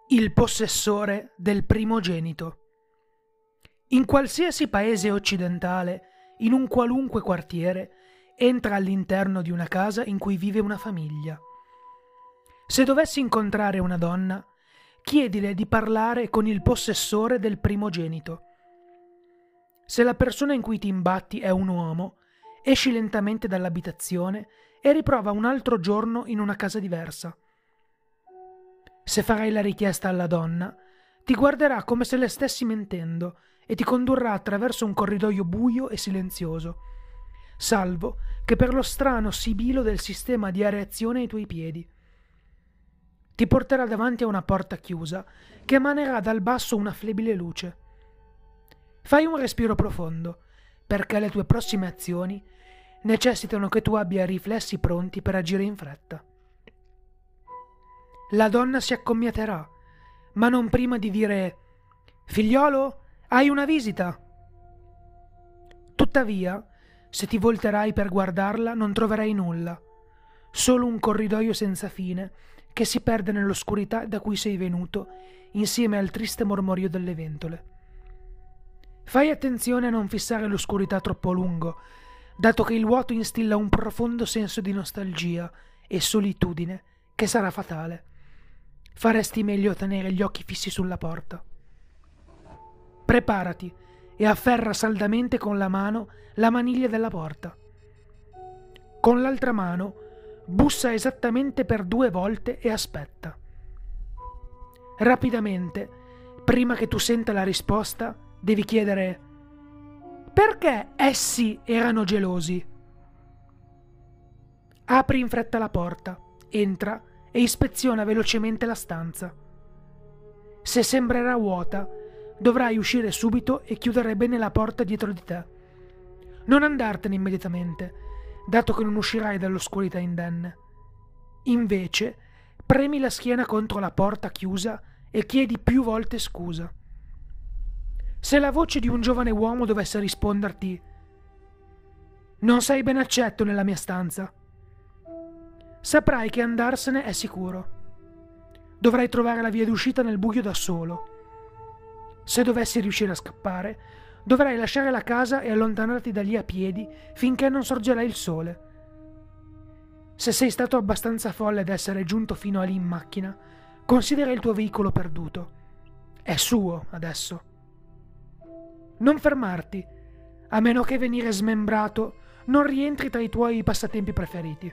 Il possessore del primogenito. In qualsiasi paese occidentale, in un qualunque quartiere, entra all'interno di una casa in cui vive una famiglia. Se dovessi incontrare una donna, chiedile di parlare con il possessore del primogenito. Se la persona in cui ti imbatti è un uomo, esci lentamente dall'abitazione e riprova un altro giorno in una casa diversa. Se farai la richiesta alla donna, ti guarderà come se le stessi mentendo e ti condurrà attraverso un corridoio buio e silenzioso, salvo che per lo strano sibilo del sistema di areazione ai tuoi piedi. Ti porterà davanti a una porta chiusa che emanerà dal basso una flebile luce. Fai un respiro profondo, perché le tue prossime azioni necessitano che tu abbia riflessi pronti per agire in fretta. La donna si accomiaterà, ma non prima di dire «Figliolo, hai una visita!». Tuttavia, se ti volterai per guardarla non troverai nulla, solo un corridoio senza fine che si perde nell'oscurità da cui sei venuto insieme al triste mormorio delle ventole. Fai attenzione a non fissare l'oscurità troppo a lungo, dato che il vuoto instilla un profondo senso di nostalgia e solitudine che sarà fatale. Faresti meglio a tenere gli occhi fissi sulla porta. Preparati e afferra saldamente con la mano la maniglia della porta. Con l'altra mano bussa esattamente per 2 volte e aspetta. Rapidamente, prima che tu senta la risposta, devi chiedere: perché essi erano gelosi? Apri in fretta la porta, entra e ispeziona velocemente la stanza. Se sembrerà vuota, dovrai uscire subito e chiudere bene la porta dietro di te. Non andartene immediatamente, dato che non uscirai dall'oscurità indenne. Invece, premi la schiena contro la porta chiusa e chiedi più volte scusa. Se la voce di un giovane uomo dovesse risponderti «Non sei ben accetto nella mia stanza», saprai che andarsene è sicuro. Dovrai trovare la via d'uscita nel buio da solo. Se dovessi riuscire a scappare, dovrai lasciare la casa e allontanarti da lì a piedi finché non sorgerà il sole. Se sei stato abbastanza folle da essere giunto fino a lì in macchina, considera il tuo veicolo perduto. È suo adesso. Non fermarti, a meno che venire smembrato non rientri tra i tuoi passatempi preferiti.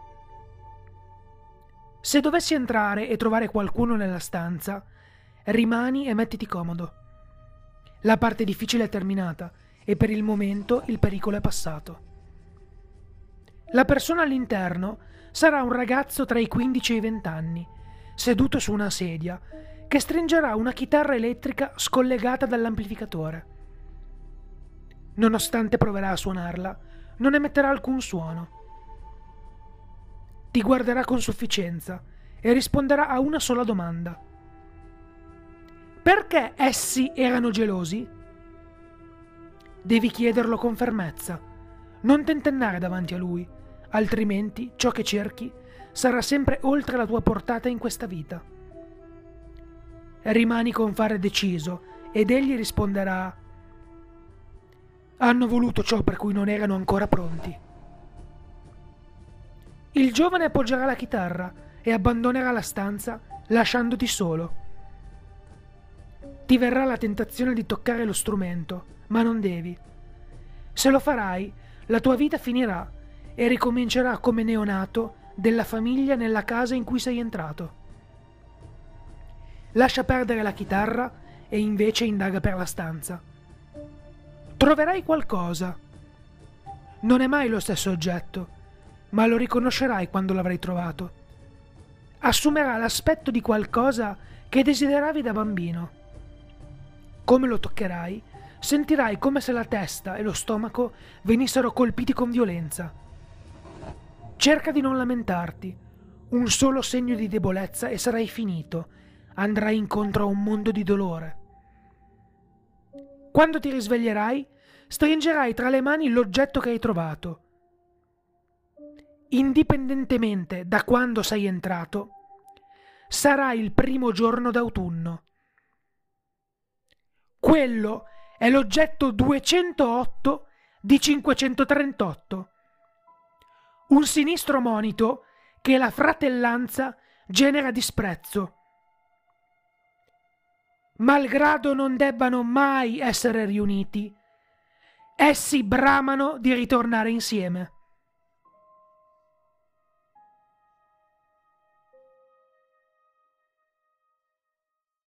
Se dovessi entrare e trovare qualcuno nella stanza, rimani e mettiti comodo. La parte difficile è terminata e per il momento il pericolo è passato. La persona all'interno sarà un ragazzo tra i 15 e i 20 anni, seduto su una sedia, che stringerà una chitarra elettrica scollegata dall'amplificatore. Nonostante proverà a suonarla, non emetterà alcun suono. Ti guarderà con sufficienza e risponderà a una sola domanda. Perché essi erano gelosi? Devi chiederlo con fermezza. Non tentennare davanti a lui, altrimenti ciò che cerchi sarà sempre oltre la tua portata in questa vita. Rimani con fare deciso ed egli risponderà: hanno voluto ciò per cui non erano ancora pronti. Il giovane appoggerà la chitarra e abbandonerà la stanza lasciandoti solo. Ti verrà la tentazione di toccare lo strumento, ma non devi. Se lo farai, la tua vita finirà e ricomincerà come neonato della famiglia nella casa in cui sei entrato. Lascia perdere la chitarra e invece indaga per la stanza. Troverai qualcosa. Non è mai lo stesso oggetto, ma lo riconoscerai quando l'avrai trovato. Assumerà l'aspetto di qualcosa che desideravi da bambino. Come lo toccherai, sentirai come se la testa e lo stomaco venissero colpiti con violenza. Cerca di non lamentarti. Un solo segno di debolezza e sarai finito. Andrai incontro a un mondo di dolore. Quando ti risveglierai, stringerai tra le mani l'oggetto che hai trovato. Indipendentemente da quando sei entrato, sarà il primo giorno d'autunno. Quello è l'oggetto 208 di 538. Un sinistro monito che la fratellanza genera disprezzo. Malgrado non debbano mai essere riuniti, essi bramano di ritornare insieme.